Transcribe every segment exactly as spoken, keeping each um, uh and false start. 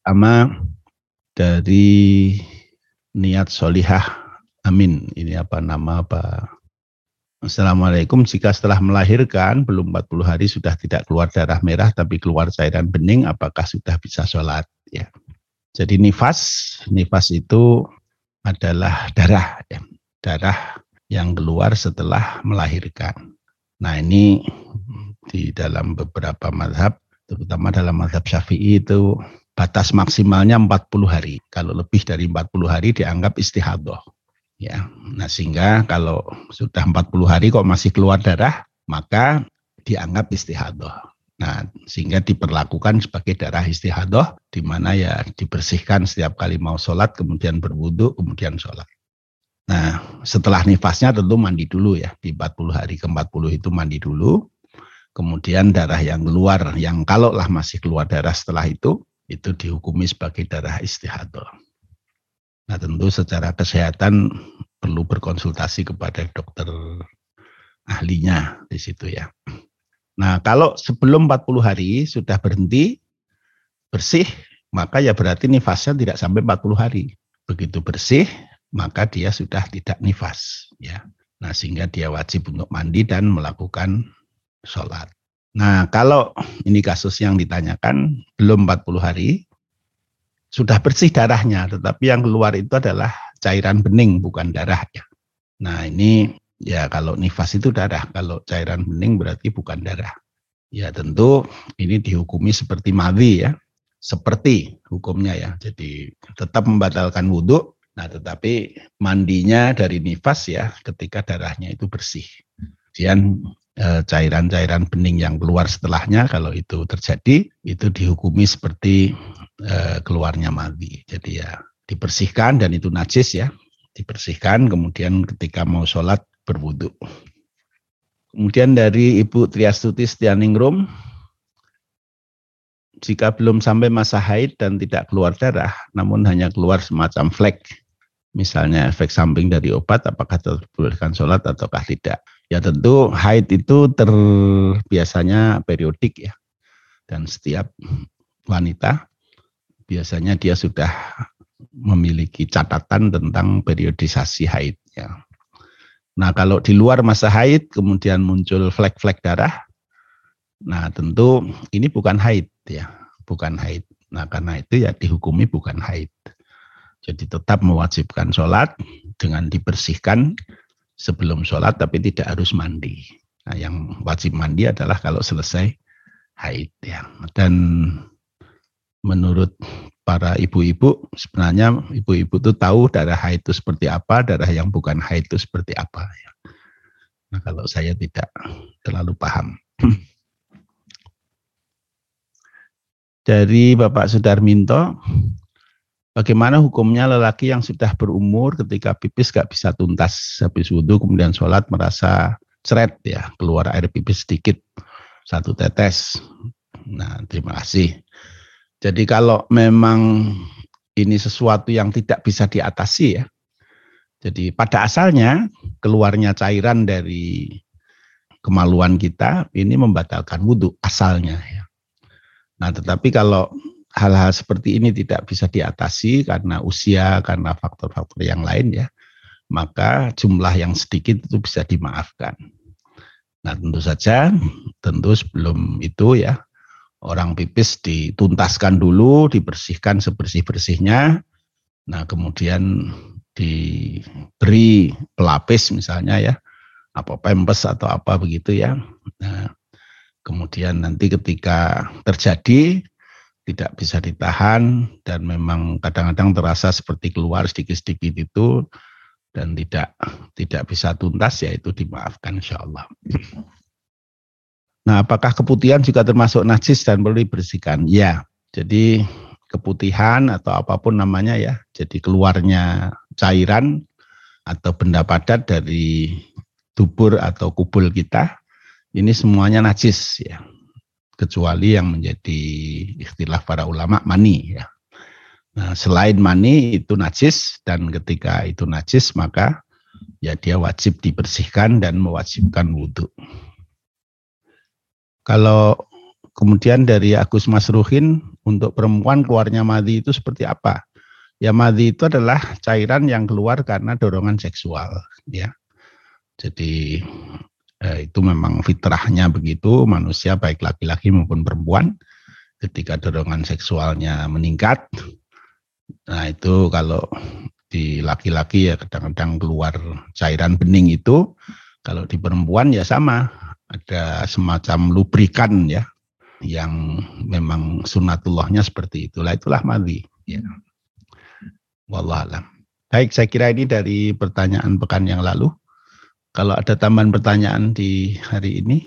Pertama dari niat solihah, amin. Ini apa nama apa? Assalamualaikum, jika setelah melahirkan belum empat puluh hari sudah tidak keluar darah merah tapi keluar cairan bening, apakah sudah bisa sholat? Ya. Jadi nifas, nifas itu adalah darah, ya. Darah yang keluar setelah melahirkan. Nah ini di dalam beberapa mazhab, terutama dalam mazhab Syafi'i itu batas maksimalnya empat puluh hari. Kalau lebih dari empat puluh hari dianggap istihadhah. Ya, nah sehingga kalau sudah empat puluh hari kok masih keluar darah, maka dianggap istihadhah. Nah, sehingga diperlakukan sebagai darah istihadhah, di mana ya dibersihkan setiap kali mau sholat, kemudian berwudu, kemudian sholat. Nah, setelah nifasnya tentu mandi dulu ya, di empat puluh hari ke empat puluh itu mandi dulu, kemudian darah yang keluar, yang kalau lah masih keluar darah setelah itu, itu dihukumi sebagai darah istihadhah. Nah tentu secara kesehatan perlu berkonsultasi kepada dokter ahlinya di situ ya. Nah kalau sebelum empat puluh hari sudah berhenti bersih, maka ya berarti nifasnya tidak sampai empat puluh hari. Begitu bersih, maka dia sudah tidak nifas ya. Nah sehingga dia wajib untuk mandi dan melakukan sholat. Nah kalau ini kasus yang ditanyakan belum empat puluh hari, sudah bersih darahnya, tetapi yang keluar itu adalah cairan bening, bukan darah ya. Nah ini ya kalau nifas itu darah, kalau cairan bening berarti bukan darah. Ya tentu ini dihukumi seperti madhi ya, seperti hukumnya ya. Jadi tetap membatalkan wudhu, nah tetapi mandinya dari nifas ya ketika darahnya itu bersih. Kemudian cairan-cairan bening yang keluar setelahnya kalau itu terjadi, itu dihukumi seperti Uh, keluarnya madhi. Jadi ya dibersihkan dan itu najis ya, dibersihkan kemudian ketika mau sholat berwudu. Kemudian dari Ibu Triastuti Setianingrum, jika belum sampai masa haid dan tidak keluar darah, namun hanya keluar semacam flek, misalnya efek samping dari obat, apakah terbolehkan sholat ataukah tidak? Ya tentu haid itu terbiasanya periodik ya, dan setiap wanita biasanya dia sudah memiliki catatan tentang periodisasi haidnya. Nah kalau di luar masa haid kemudian muncul flek-flek darah, nah tentu ini bukan haid ya, bukan haid. Nah karena itu ya dihukumi bukan haid. Jadi tetap mewajibkan sholat dengan dibersihkan sebelum sholat tapi tidak harus mandi. Nah yang wajib mandi adalah kalau selesai haid ya. Dan menurut para ibu-ibu, sebenarnya ibu-ibu itu tahu darah haid itu seperti apa, darah yang bukan haid itu seperti apa. Nah kalau saya tidak terlalu paham. Dari Bapak Sudarminto, bagaimana hukumnya lelaki yang sudah berumur ketika pipis gak bisa tuntas habis wudhu kemudian sholat merasa ceret ya, keluar air pipis sedikit, satu tetes. Nah terima kasih. Jadi kalau memang ini sesuatu yang tidak bisa diatasi ya, jadi pada asalnya keluarnya cairan dari kemaluan kita ini membatalkan wudhu asalnya ya. Nah tetapi kalau hal-hal seperti ini tidak bisa diatasi karena usia, karena faktor-faktor yang lain ya, maka jumlah yang sedikit itu bisa dimaafkan. Nah tentu saja, tentu sebelum itu ya, orang pipis dituntaskan dulu, dibersihkan sebersih-bersihnya. Nah, kemudian diberi pelapis misalnya ya, apa pempes atau apa begitu ya. Nah, kemudian nanti ketika terjadi tidak bisa ditahan dan memang kadang-kadang terasa seperti keluar sedikit-sedikit itu dan tidak tidak bisa tuntas ya itu dimaafkan insyaallah. Nah, apakah keputihan juga termasuk najis dan perlu dibersihkan? Ya, jadi keputihan atau apapun namanya ya, jadi keluarnya cairan atau benda padat dari dubur atau kubul kita, ini semuanya najis ya, kecuali yang menjadi istilah para ulama mani ya. Nah, selain mani itu najis dan ketika itu najis maka ya dia wajib dibersihkan dan mewajibkan wudhu. Kalau kemudian dari Agus Masruhin, untuk perempuan keluarnya madhi itu seperti apa? Ya madhi itu adalah cairan yang keluar karena dorongan seksual, ya. Jadi eh, itu memang fitrahnya begitu, manusia baik laki-laki maupun perempuan ketika dorongan seksualnya meningkat. Nah itu kalau di laki-laki ya kadang-kadang keluar cairan bening itu, kalau di perempuan ya sama, ada semacam lubrikan ya, yang memang sunatullahnya seperti itulah, itulah madhi. Ya. Wallahualam. Baik, saya kira ini dari pertanyaan pekan yang lalu. Kalau ada tambahan pertanyaan di hari ini,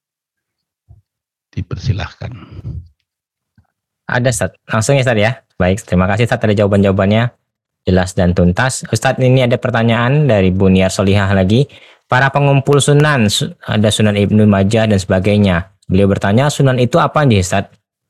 dipersilahkan. Ada, Ustaz. Langsung ya, Ustaz ya. Baik, terima kasih Ustaz ada jawaban-jawabannya. Jelas dan tuntas. Ustaz, ini ada pertanyaan dari Buniar Solihah lagi. Para pengumpul sunan, ada Sunan Ibnu Majah dan sebagainya. Beliau bertanya, sunan itu apa nih, Ustaz?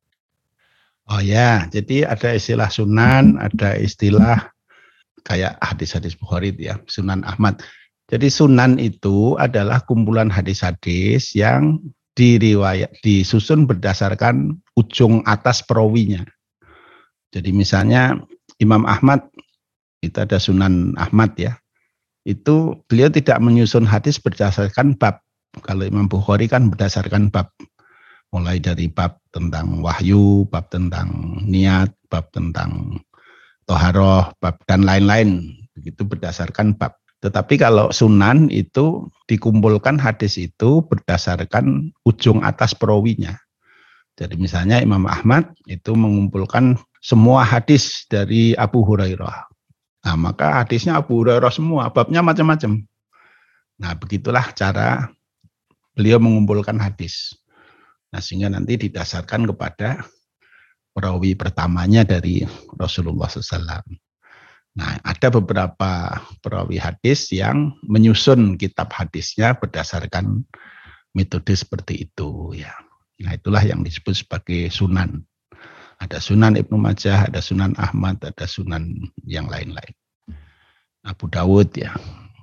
Oh ya, jadi ada istilah sunan, ada istilah kayak hadis-hadis Bukhari ya, Sunan Ahmad. Jadi sunan itu adalah kumpulan hadis-hadis yang diriwayat disusun berdasarkan ujung atas perawinya. Jadi misalnya Imam Ahmad, itu ada Sunan Ahmad ya. Itu beliau tidak menyusun hadis berdasarkan bab. Kalau Imam Bukhari kan berdasarkan bab. Mulai dari bab tentang wahyu, bab tentang niat, bab tentang toharoh, bab dan lain-lain. Begitu berdasarkan bab. Tetapi kalau sunan itu dikumpulkan hadis itu berdasarkan ujung atas perawinya. Jadi misalnya Imam Ahmad itu mengumpulkan semua hadis dari Abu Hurairah. Nah maka hadisnya Abu Hurairah semua, babnya macam-macam. Nah begitulah cara beliau mengumpulkan hadis. Nah sehingga nanti didasarkan kepada perawi pertamanya dari Rasulullah shallallahu alaihi wasallam. Nah ada beberapa perawi hadis yang menyusun kitab hadisnya berdasarkan metode seperti itu ya. Nah itulah yang disebut sebagai sunan. Ada Sunan Ibnu Majah, ada Sunan Ahmad, ada Sunan yang lain-lain. Abu Dawud ya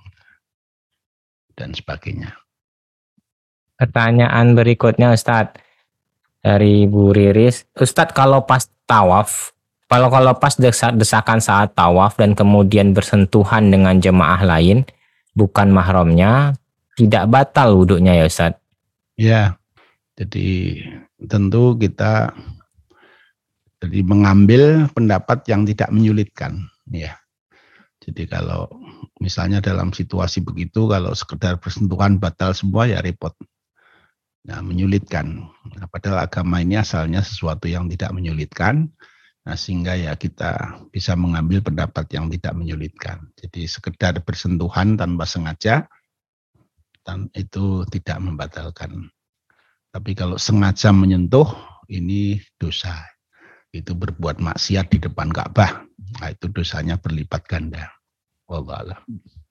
dan sebagainya. Pertanyaan berikutnya, Ustadz, dari Bu Riris. Ustadz, kalau pas tawaf, kalau kalau pas desakan saat tawaf dan kemudian bersentuhan dengan jemaah lain, bukan mahramnya, tidak batal wudhunya ya Ustadz? Ya, jadi tentu kita jadi mengambil pendapat yang tidak menyulitkan, ya. Jadi kalau misalnya dalam situasi begitu, kalau sekedar bersentuhan batal semua ya repot. Nah, menyulitkan. Nah, padahal agama ini asalnya sesuatu yang tidak menyulitkan. Nah, sehingga ya kita bisa mengambil pendapat yang tidak menyulitkan. Jadi sekedar bersentuhan tanpa sengaja, dan itu tidak membatalkan. Tapi kalau sengaja menyentuh, ini dosa. Itu berbuat maksiat di depan Ka'bah. Nah, itu dosanya berlipat ganda. Wallah.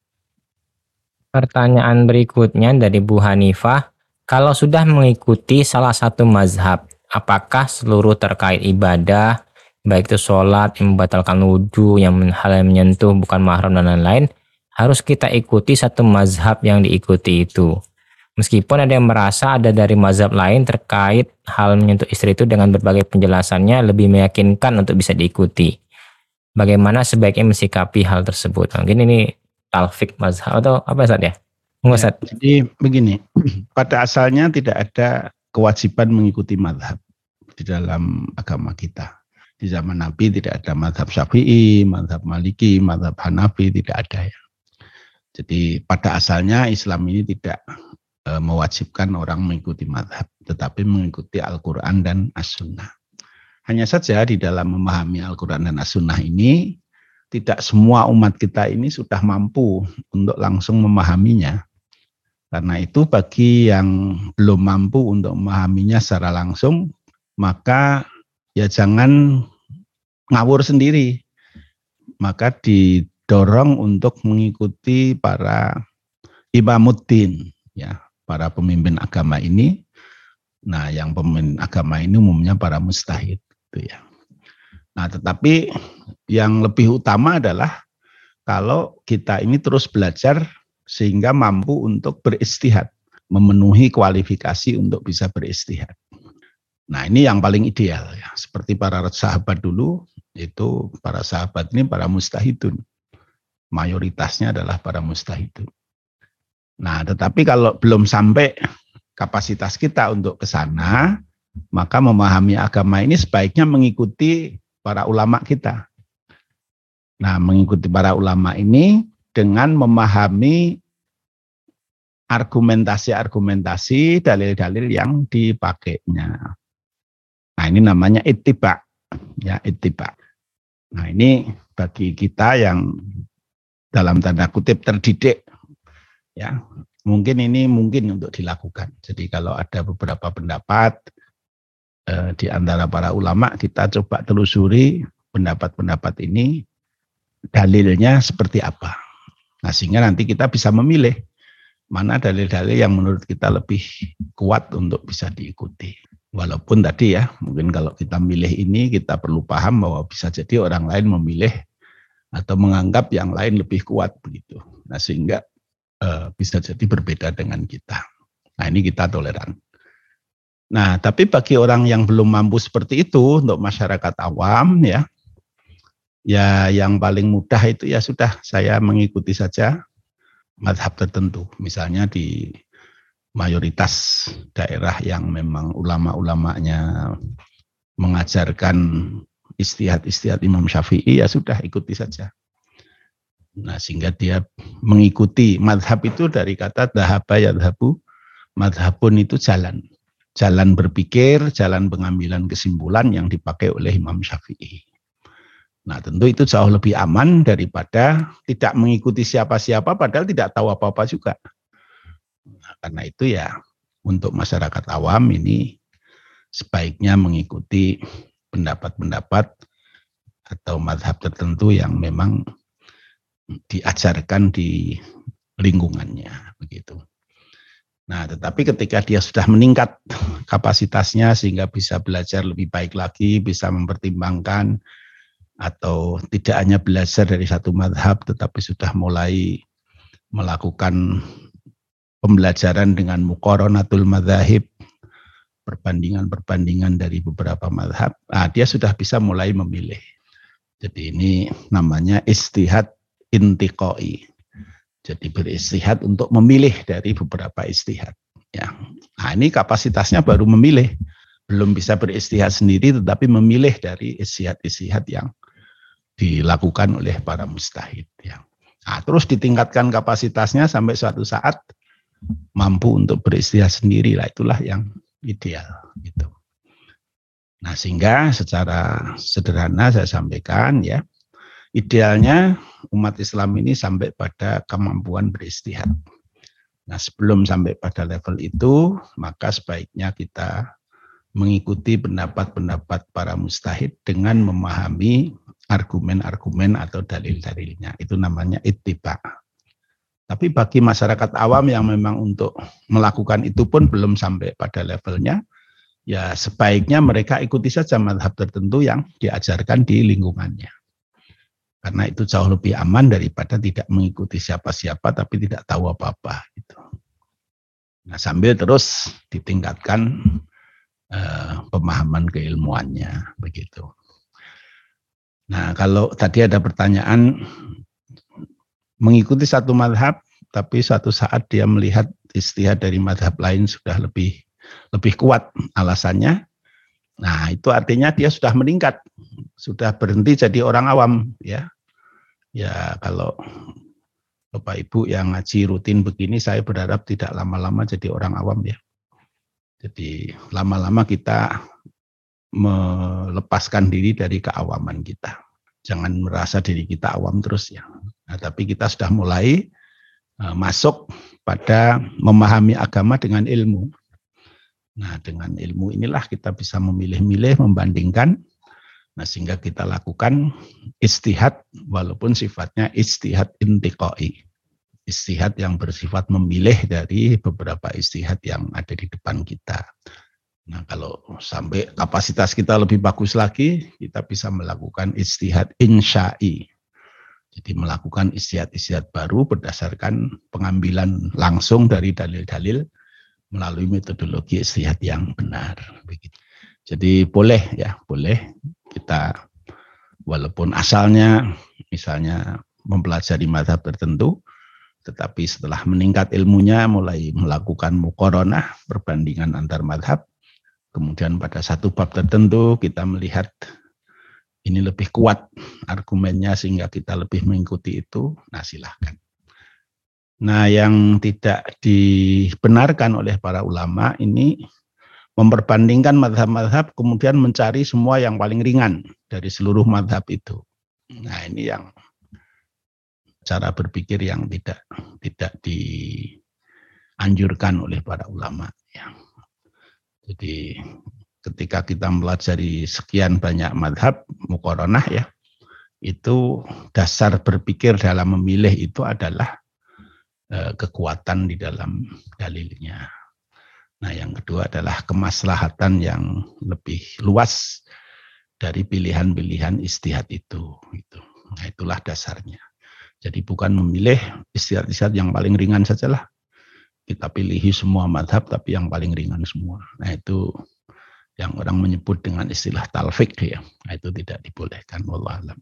Pertanyaan berikutnya dari Bu Hanifah. Kalau sudah mengikuti salah satu mazhab, apakah seluruh terkait ibadah, baik itu sholat, yang membatalkan wudhu, yang hal yang menyentuh bukan mahram dan lain-lain, harus kita ikuti satu mazhab yang diikuti itu? Meskipun ada yang merasa ada dari mazhab lain terkait hal menyentuh istri itu dengan berbagai penjelasannya lebih meyakinkan untuk bisa diikuti. Bagaimana sebaiknya mensikapi hal tersebut? Mungkin ini talfik mazhab atau apa Ustaz ya? Ya, jadi begini, pada asalnya tidak ada kewajiban mengikuti mazhab di dalam agama kita. Di zaman Nabi tidak ada mazhab Syafi'i, mazhab Maliki, mazhab Hanafi, tidak ada ya. Jadi pada asalnya Islam ini tidak e, mewajibkan orang mengikuti mazhab, tetapi mengikuti Al-Quran dan As-Sunnah. Hanya saja di dalam memahami Al-Quran dan As-Sunnah ini, tidak semua umat kita ini sudah mampu untuk langsung memahaminya. Karena itu bagi yang belum mampu untuk memahaminya secara langsung, maka ya jangan ngawur sendiri. Maka didorong untuk mengikuti para imamuddin, ya, para pemimpin agama ini. Nah, yang pemimpin agama ini umumnya para mujtahid, gitu ya. Nah, tetapi yang lebih utama adalah kalau kita ini terus belajar sehingga mampu untuk beristihad, memenuhi kualifikasi untuk bisa beristihad. Nah ini yang paling ideal ya. Seperti para sahabat dulu, itu para sahabat ini para mujtahidun. Mayoritasnya adalah para mujtahidun. Nah tetapi kalau belum sampai kapasitas kita untuk ke sana, maka memahami agama ini sebaiknya mengikuti para ulama kita. Nah mengikuti para ulama ini dengan memahami argumentasi-argumentasi, dalil-dalil yang dipakainya. Nah ini namanya ittiba, ya ittiba. Nah ini bagi kita yang dalam tanda kutip terdidik, ya mungkin ini mungkin untuk dilakukan. Jadi kalau ada beberapa pendapat eh, di antara para ulama, kita coba telusuri pendapat-pendapat ini, dalilnya seperti apa. Nah sehingga nanti kita bisa memilih mana dalil-dalil yang menurut kita lebih kuat untuk bisa diikuti. Walaupun tadi ya, mungkin kalau kita milih ini, kita perlu paham bahwa bisa jadi orang lain memilih atau menganggap yang lain lebih kuat begitu. Nah sehingga e, bisa jadi berbeda dengan kita. Nah ini kita toleran. Nah tapi bagi orang yang belum mampu seperti itu, untuk masyarakat awam ya, ya yang paling mudah itu ya sudah, saya mengikuti saja mazhab tertentu. Misalnya di mayoritas daerah yang memang ulama-ulamanya mengajarkan istihad-istihad Imam Syafi'i, ya sudah ikuti saja. Nah sehingga dia mengikuti mazhab itu dari kata dhahaba yadhabu, mazhabun itu jalan. Jalan berpikir, jalan pengambilan kesimpulan yang dipakai oleh Imam Syafi'i. Nah tentu itu jauh lebih aman daripada tidak mengikuti siapa-siapa padahal tidak tahu apa-apa juga. Nah, karena itu ya untuk masyarakat awam ini sebaiknya mengikuti pendapat-pendapat atau mazhab tertentu yang memang diajarkan di lingkungannya begitu. Nah, tetapi ketika dia sudah meningkat kapasitasnya sehingga bisa belajar lebih baik lagi, bisa mempertimbangkan atau tidak hanya belajar dari satu mazhab tetapi sudah mulai melakukan pembelajaran dengan muqaranatul madzahib, perbandingan-perbandingan dari beberapa mazhab, nah, dia sudah bisa mulai memilih. Jadi ini namanya istihad intiqai. Jadi beristihad untuk memilih dari beberapa istihad. Ya. Nah ini kapasitasnya baru memilih. Belum bisa beristihad sendiri tetapi memilih dari istihad-istihad yang dilakukan oleh para mujtahid. Ya. Nah, terus ditingkatkan kapasitasnya sampai suatu saat mampu untuk beristihad sendiri, lah itulah yang ideal gitu. Nah sehingga secara sederhana saya sampaikan ya, idealnya umat Islam ini sampai pada kemampuan beristihad. Nah sebelum sampai pada level itu, maka sebaiknya kita mengikuti pendapat-pendapat para mujtahid dengan memahami argumen-argumen atau dalil-dalilnya. Itu namanya ittiba. Tapi bagi masyarakat awam yang memang untuk melakukan itu pun belum sampai pada levelnya, ya sebaiknya mereka ikuti saja mazhab tertentu yang diajarkan di lingkungannya. Karena itu jauh lebih aman daripada tidak mengikuti siapa-siapa tapi tidak tahu apa-apa. Gitu. Nah sambil terus ditingkatkan eh, pemahaman keilmuannya, begitu. Nah kalau tadi ada pertanyaan, mengikuti satu mazhab, tapi suatu saat dia melihat istihad dari mazhab lain sudah lebih lebih kuat alasannya. Nah itu artinya dia sudah meningkat, sudah berhenti jadi orang awam, ya. Ya kalau Bapak Ibu yang ngaji rutin begini, saya berharap tidak lama-lama jadi orang awam ya. Jadi lama-lama kita melepaskan diri dari keawaman kita. Jangan merasa diri kita awam terus ya. Nah, tapi kita sudah mulai uh, masuk pada memahami agama dengan ilmu. Nah, dengan ilmu inilah kita bisa memilih-milih, membandingkan. Nah, sehingga kita lakukan istihad walaupun sifatnya istihad intiqai. Istihad yang bersifat memilih dari beberapa istihad yang ada di depan kita. Nah, kalau sampai kapasitas kita lebih bagus lagi, kita bisa melakukan istihad insya'i. Jadi melakukan istihad-istihad baru berdasarkan pengambilan langsung dari dalil-dalil melalui metodologi istihad yang benar. Begitu. Jadi boleh ya, boleh kita walaupun asalnya misalnya mempelajari mazhab tertentu, tetapi setelah meningkat ilmunya mulai melakukan muqaranah, perbandingan antar mazhab, kemudian pada satu bab tertentu kita melihat ini lebih kuat argumennya sehingga kita lebih mengikuti itu, nah silahkan. Nah yang tidak dibenarkan oleh para ulama ini memperbandingkan mazhab-mazhab kemudian mencari semua yang paling ringan dari seluruh mazhab itu. Nah ini yang cara berpikir yang tidak tidak dianjurkan oleh para ulama. Ya. Jadi ketika kita mempelajari sekian banyak mazhab muqaranah ya, itu dasar berpikir dalam memilih itu adalah eh, kekuatan di dalam dalilnya. Nah yang kedua adalah kemaslahatan yang lebih luas dari pilihan-pilihan ijtihad itu. Gitu. Nah itulah dasarnya. Jadi bukan memilih ijtihad-ijtihad yang paling ringan sajalah. Kita pilihi semua mazhab tapi yang paling ringan semua. Nah itu yang orang menyebut dengan istilah talfik ya. Nah itu tidak dibolehkan. Wallahu a'lam.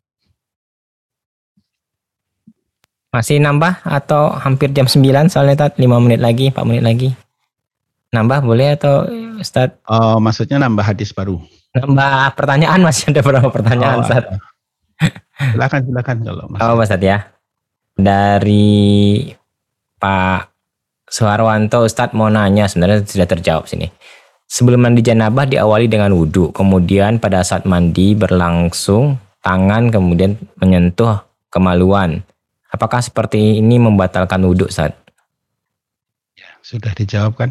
Masih nambah atau hampir jam sembilan soalnya Tat, lima menit lagi, empat menit lagi. Nambah boleh atau Ustaz? Oh, maksudnya nambah hadis baru. Nambah pertanyaan, masih ada beberapa pertanyaan, Ustaz. Oh, silakan silakan kalau masih. Oh, Ustaz ya. Dari Pak Suharwanto, Ustaz mau nanya, sebenarnya sudah terjawab sini. Sebelum mandi janabah diawali dengan wudhu, kemudian pada saat mandi berlangsung tangan kemudian menyentuh kemaluan. Apakah seperti ini membatalkan wudhu, Ustaz? Ya, sudah dijawab kan?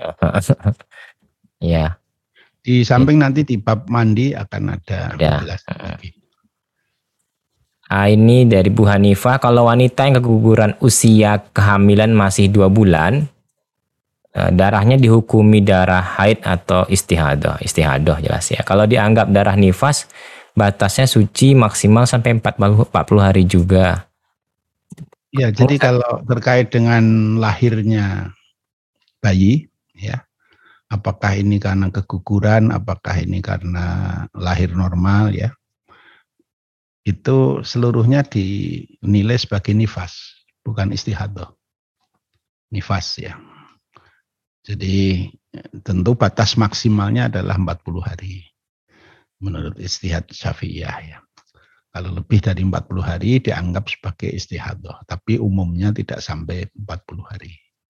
Ya. Di samping nanti di bab mandi akan ada Ya. penjelasan lagi. Ah, ini dari Bu Hanifah, kalau wanita yang keguguran usia kehamilan masih dua bulan, darahnya dihukumi darah haid atau istihadah. Istihadah jelas ya. Kalau dianggap darah nifas, batasnya suci maksimal sampai empat puluh hari juga. Ya, jadi kalau terkait dengan lahirnya bayi, ya, apakah ini karena keguguran, apakah ini karena lahir normal, ya, itu seluruhnya dinilai sebagai nifas, bukan istihadah. Nifas ya. Jadi tentu batas maksimalnya adalah empat puluh hari menurut ijtihad Syafi'iyah ya. Kalau lebih dari empat puluh hari dianggap sebagai istihadah, tapi umumnya tidak sampai empat puluh hari.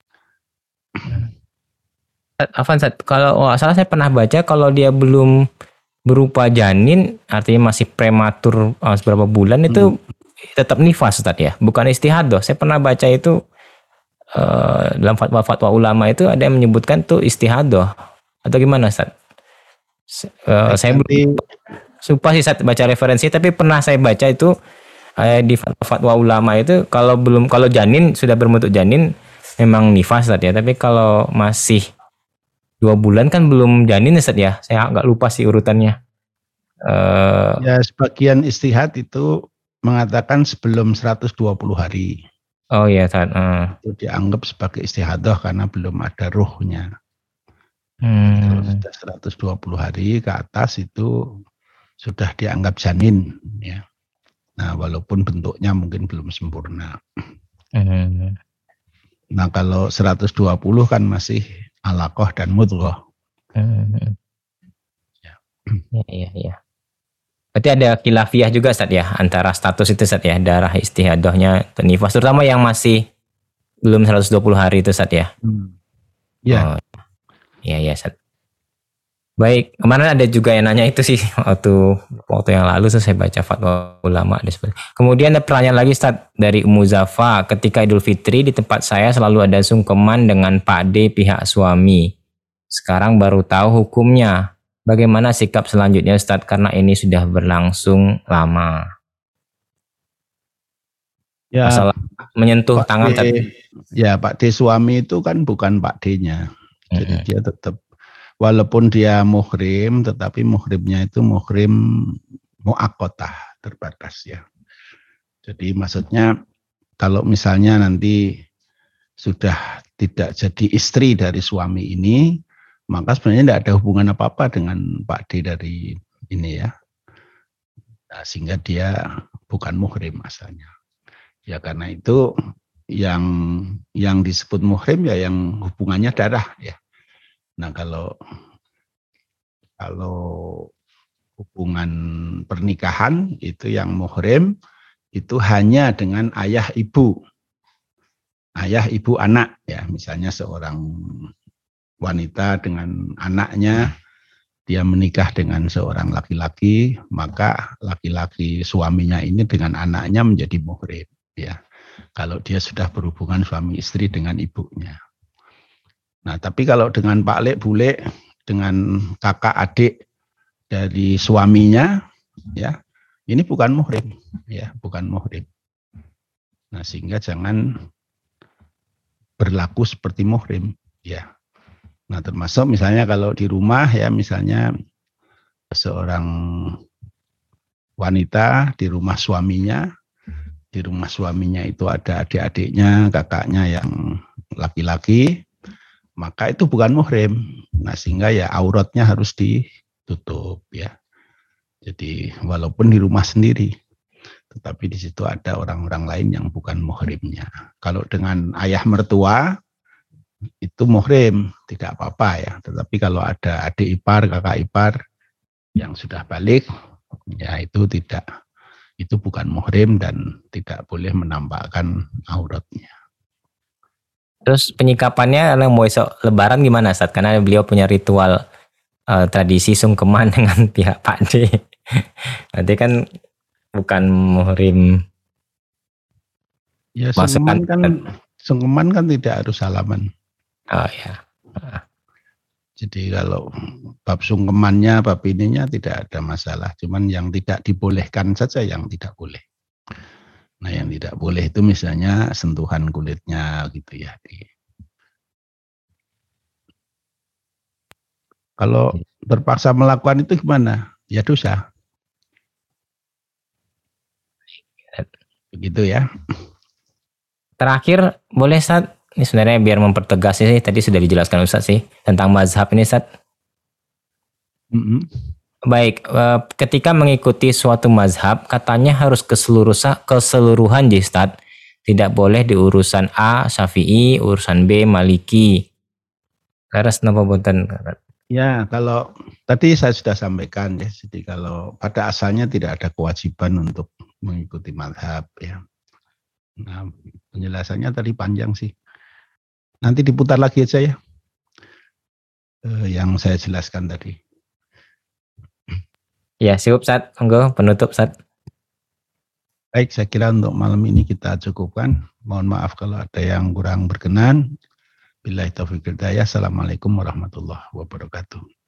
Afan, kalau oh, salah saya pernah baca kalau dia belum berupa janin, artinya masih prematur oh, beberapa bulan itu hmm. tetap nifas, Ustaz ya, bukan istihadah. Saya pernah baca itu uh, dalam fatwa-fatwa ulama itu ada yang menyebutkan tuh istihadah atau gimana, Ustaz? Uh, saya belum sumpah sih saat baca referensi, tapi pernah saya baca itu uh, di fatwa ulama itu kalau belum kalau janin sudah berbentuk janin memang nifas, Ustaz ya, tapi kalau masih dua bulan kan belum janin, Ustaz ya. Saya agak lupa sih urutannya. Uh, ya, sebagian ijtihad itu mengatakan sebelum seratus dua puluh hari. Oh iya, Ustaz. Uh. Itu dianggap sebagai istihadah karena belum ada ruhnya. Hmm. Kalau sudah seratus dua puluh hari ke atas itu sudah dianggap janin, ya. Nah, walaupun bentuknya mungkin belum sempurna. Hmm. Nah, kalau seratus dua puluh kan masih alaqah dan mudghah. Hmm. Ya. Ya, ya, ya. Berarti ada khilafiyah juga, Ustaz ya, antara status itu, Ustaz ya, darah istihadahnya atau nifas, terutama yang masih belum seratus dua puluh hari itu, Ustaz ya. Hmm. Ya. Oh, ya, ya, Ustaz. Baik, kemarin ada juga yang nanya itu sih waktu waktu yang lalu saya baca fatwa ulama. Kemudian ada pertanyaan lagi, Ustaz, dari Ummu Zafa. Ketika Idul Fitri di tempat saya selalu ada sungkeman dengan pakde pihak suami. Sekarang baru tahu hukumnya. Bagaimana sikap selanjutnya, Ustaz, karena ini sudah berlangsung lama? Ya, masalah menyentuh Pak tangan. D, ya, pakde suami itu kan bukan pakdenya. Jadi mm-hmm. dia tetap walaupun dia muhrim, tetapi muhrimnya itu muhrim mu'aqqatah, terbatas ya. Jadi maksudnya kalau misalnya nanti sudah tidak jadi istri dari suami ini, maka sebenarnya tidak ada hubungan apa-apa dengan Pak D dari ini ya. Nah, sehingga dia bukan muhrim asalnya. Ya karena itu yang yang disebut muhrim ya yang hubungannya darah ya. Nah kalau kalau hubungan pernikahan itu yang muhrim itu hanya dengan ayah ibu. Ayah ibu anak ya, misalnya seorang wanita dengan anaknya dia menikah dengan seorang laki-laki, maka laki-laki suaminya ini dengan anaknya menjadi muhrim ya. Kalau dia sudah berhubungan suami istri dengan ibunya. Nah, tapi kalau dengan Pak Lek Bule dengan kakak adik dari suaminya ya, ini bukan muhrim ya, bukan muhrim. Nah, sehingga jangan berlaku seperti muhrim ya. Nah, termasuk misalnya kalau di rumah ya, misalnya seorang wanita di rumah suaminya, di rumah suaminya itu ada adik-adiknya, kakaknya yang laki-laki, maka itu bukan muhrim. Nah, sehingga ya auratnya harus ditutup ya. Jadi walaupun di rumah sendiri, tetapi di situ ada orang-orang lain yang bukan muhrimnya. Kalau dengan ayah mertua itu muhrim, tidak apa-apa ya. Tetapi kalau ada adik ipar, kakak ipar yang sudah balik, ya itu tidak, itu bukan muhrim dan tidak boleh menampakkan auratnya. Terus penyikapannya kalau mau esok lebaran gimana Ustaz? Karena beliau punya ritual uh, tradisi sungkeman dengan pihak Pak D. Nanti kan bukan muhrim. Ya sungkeman kan, sungkeman kan tidak harus salaman. Oh ya. Jadi kalau bab sungkemannya, bab ininya tidak ada masalah. Cuman yang tidak dibolehkan saja yang tidak boleh. Nah yang tidak boleh itu misalnya sentuhan kulitnya gitu ya. Kalau terpaksa melakukan itu gimana? Ya dosa. Begitu ya. Terakhir boleh Ustaz? Ini sebenarnya biar mempertegas sih, tadi sudah dijelaskan Ustaz sih tentang mazhab ini Ustaz. Mm-hmm. Baik, ketika mengikuti suatu mazhab katanya harus keseluruhan keseluruhan Ustaz. Tidak boleh di urusan A Syafi'i, urusan B Maliki. Karas napa boten? Ya, kalau tadi saya sudah sampaikan ya, jadi kalau pada asalnya tidak ada kewajiban untuk mengikuti mazhab ya. Nah, penjelasannya tadi panjang sih. Nanti diputar lagi aja ya, eh, yang saya jelaskan tadi. Ya, siap Ustaz. Monggo penutup Ustaz. Baik, saya kira untuk malam ini kita cukupkan. Mohon maaf kalau ada yang kurang berkenan. Billahi taufiq wal hidayah. Assalamualaikum warahmatullahi wabarakatuh.